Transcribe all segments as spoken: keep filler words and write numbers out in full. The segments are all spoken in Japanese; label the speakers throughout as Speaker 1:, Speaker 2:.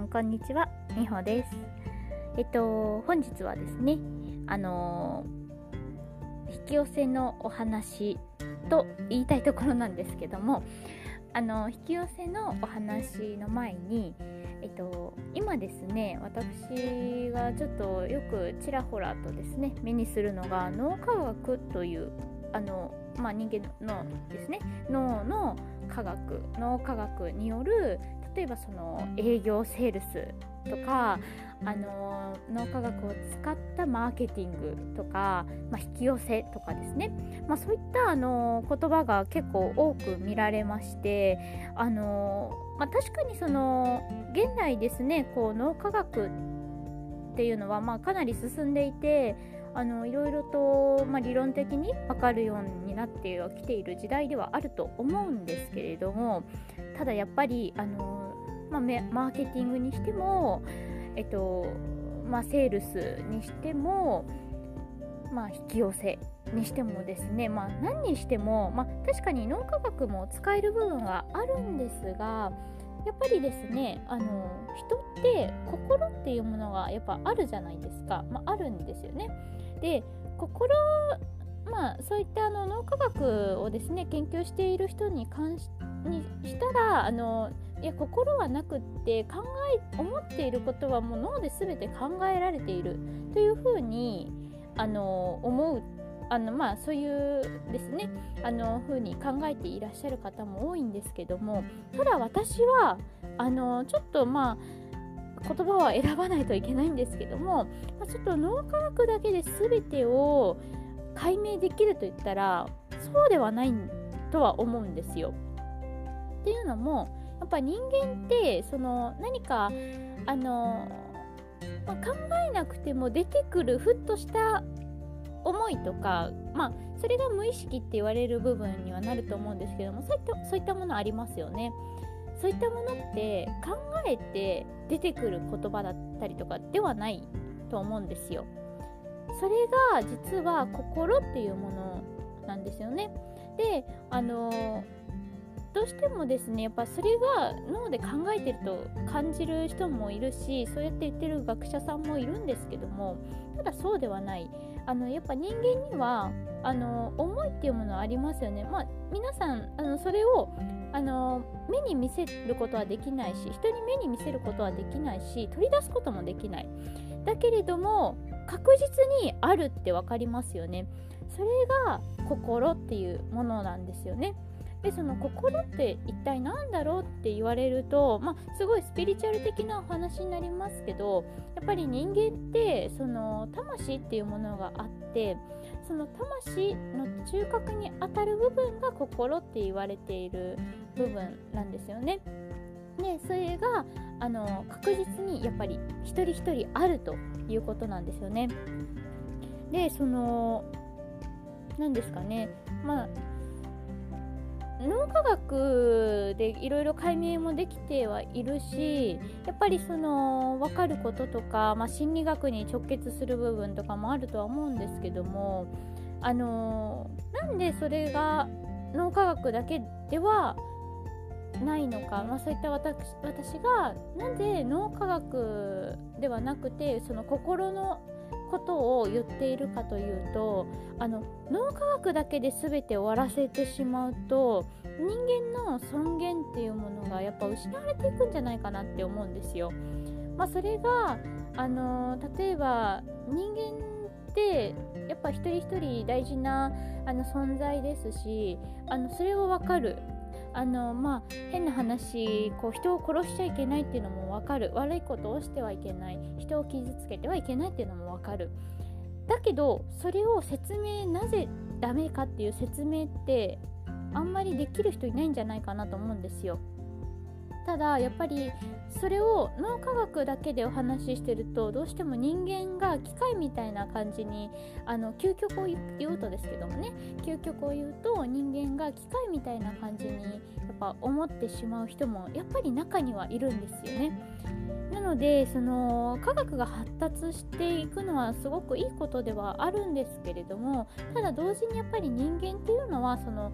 Speaker 1: んこんにちは、みほです。えっと本日はですね、あのー、引き寄せのお話と言いたいところなんですけども、あの引き寄せのお話の前に、えっと今ですね、私がちょっとよくちらほらとですね目にするのが脳科学というあのまあ人間のですね脳の科学脳科学による、例えばその営業セールスとか、あの脳科学を使ったマーケティングとか、まあ、引き寄せとかですね、まあ、そういったあの言葉が結構多く見られまして、あの、まあ、確かにその現代ですね、こう脳科学っていうのはまあかなり進んでいて、あのいろいろと、まあ、理論的に分かるようになってはきている時代ではあると思うんですけれども、ただやっぱりあの、まあ、マーケティングにしても、えっとまあ、セールスにしても、まあ、引き寄せにしてもですね、まあ、何にしても、まあ、確かに脳科学も使える部分があるんですが、やっぱりですね、あの人って心っていうものがやっぱあるじゃないですか、まあ、あるんですよね。で、心、まあそういったあの脳科学をですね研究している人に関しにしたら、あのいや心はなくって考え思っていることはもう脳で全て考えられているというふうにあの思う、あのまあそういうですねあの風に考えていらっしゃる方も多いんですけども、ただ私はあのちょっとまあ言葉は選ばないといけないんですけども、まあ、ちょっと脳科学だけで全てを解明できると言ったらそうではないとは思うんですよ。っていうのもやっぱ人間ってその何かあの、まあ、考えなくても出てくるふっとした思いとか、まあそれが無意識って言われる部分にはなると思うんですけども、そういったそういったものありますよね。そういったものって考えて出てくる言葉だったりとかではないと思うんですよ。それが実は心っていうものなんですよね。で、あのどうしてもですね、やっぱそれが脳で考えてると感じる人もいるし、そうやって言ってる学者さんもいるんですけども、ただそうではない。あのやっぱ人間にはあの思いっていうものはありますよね。まあ皆さんあのそれをあの目に見せることはできないし、人に目に見せることはできないし、取り出すこともできない。だけれども確実にあるって分かりますよね。それが心っていうものなんですよね。で、その心って一体何だろうって言われると、まあ、すごいスピリチュアル的なお話になりますけど、やっぱり人間ってその魂っていうものがあって、その魂の中核にあたる部分が心って言われている部分なんですよね。で、それがあの確実にやっぱり一人一人あるということなんですよね。で、その何ですかね、まあ脳科学でいろいろ解明もできてはいるし、やっぱりその分かることとか、まあ、心理学に直結する部分とかもあるとは思うんですけども、あのなんでそれが脳科学だけではないのか、まあ、そういった私、私がなぜ脳科学ではなくてその心のことを言っているかというと、あの脳科学だけで全て終わらせてしまうと人間の尊厳っていうものがやっぱ失われていくんじゃないかなって思うんですよ。まあ、それがあの例えば人間ってやっぱ一人一人大事なあの存在ですし、あのそれを分かる。あのまあ変な話、こう人を殺しちゃいけないっていうのも分かる。悪いことをしてはいけない、人を傷つけてはいけないっていうのも分かる。だけどそれを説明、なぜダメかっていう説明ってあんまりできる人いないんじゃないかなと思うんですよ。ただやっぱりそれを脳科学だけでお話ししてると、どうしても人間が機械みたいな感じに、あの究極を言うとですけどもね、究極を言うと人間が機械みたいな感じにやっぱ思ってしまう人もやっぱり中にはいるんですよね。なのでその科学が発達していくのはすごくいいことではあるんですけれども、ただ同時にやっぱり人間っていうのはその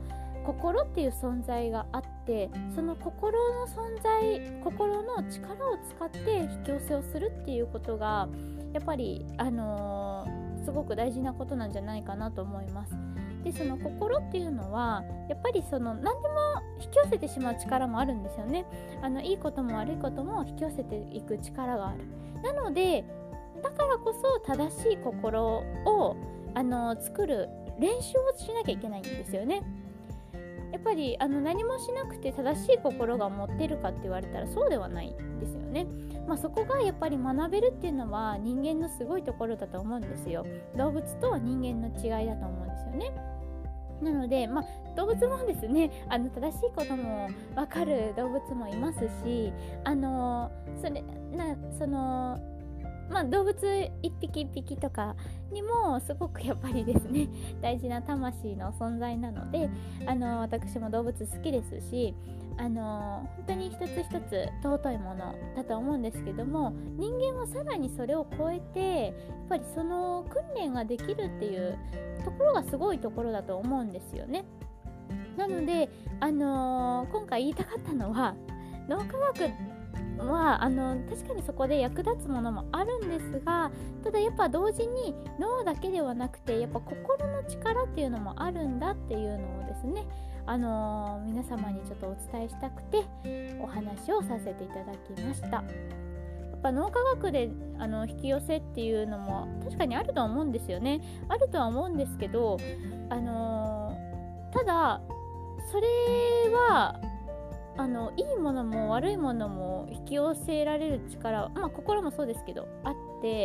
Speaker 1: 心っていう存在があって、その心の存在、心の力を使って引き寄せをするっていうことがやっぱり、あのー、すごく大事なことなんじゃないかなと思います。でその心っていうのはやっぱりその何でも引き寄せてしまう力もあるんですよね。あのいいことも悪いことも引き寄せていく力がある。なのでだからこそ正しい心をあの作る練習をしなきゃいけないんですよね。やっぱりあの何もしなくて正しい心が持ってるかって言われたらそうではないんですよね。まあ、そこがやっぱり学べるっていうのは人間のすごいところだと思うんですよ。動物と人間の違いだと思うんですよね。なので、まあ、動物もですね、あの正しいことも分かる動物もいますし、あのそれなそのまあ、動物一匹一匹とかにもすごくやっぱりですね大事な魂の存在なので、あの私も動物好きですし、あの本当に一つ一つ尊いものだと思うんですけども、人間はさらにそれを超えてやっぱりその訓練ができるっていうところがすごいところだと思うんですよね。なので、あのー、今回言いたかったのは、脳科学はあの確かにそこで役立つものもあるんですが、ただやっぱ同時に脳だけではなくてやっぱ心の力っていうのもあるんだっていうのをですね、あのー、皆様にちょっとお伝えしたくてお話をさせていただきました。やっぱ脳科学であの引き寄せっていうのも確かにあると思うんですよね。あるとは思うんですけど、あのー、ただそれはあのいいものも悪いものも引き寄せられる力は、まあ、心もそうですけどあって、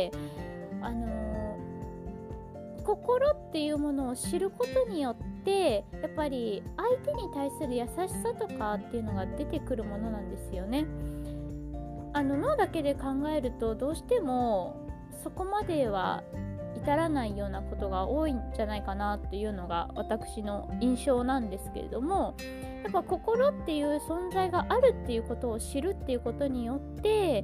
Speaker 1: あのー、心っていうものを知ることによってやっぱり相手に対する優しさとかっていうのが出てくるものなんですよね。あの脳だけで考えるとどうしてもそこまでは至らないようなことが多いんじゃないかなっていうのが私の印象なんですけれども、やっぱ心っていう存在があるっていうことを知るっていうことによって、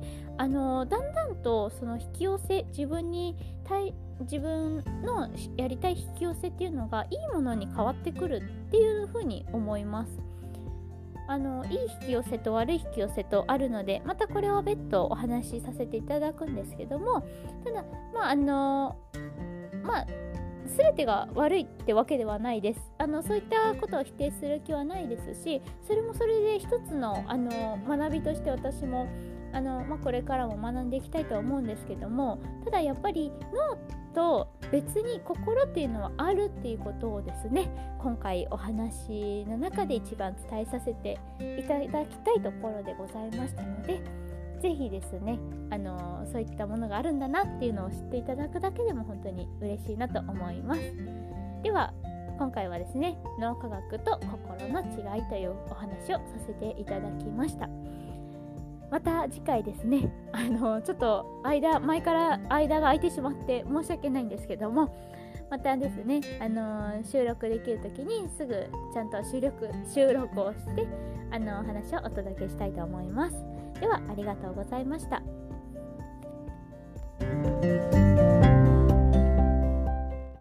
Speaker 1: あのだんだんとその引き寄せ、自分に対自分のやりたい引き寄せっていうのがいいものに変わってくるっていうふうに思います。あのいい引き寄せと悪い引き寄せとあるので、またこれは別途お話しさせていただくんですけども、ただまああのまあ全てが悪いってわけではないです。あのそういったことを否定する気はないですし、それもそれで一つの、あの学びとして私もあの、まあ、これからも学んでいきたいとは思うんですけども、ただやっぱり脳と別に心っていうのはあるっていうことをですね、今回お話の中で一番伝えさせていただきたいところでございましたので、ぜひですね、あのそういったものがあるんだなっていうのを知っていただくだけでも本当に嬉しいなと思います。では今回はですね、脳科学と心の違いというお話をさせていただきました。また次回ですね、あのちょっと間前から間が空いてしまって申し訳ないんですけども、またですね、あの収録できるときにすぐちゃんと収録収録をしてあの話をお届けしたいと思います。ではありがとうございました。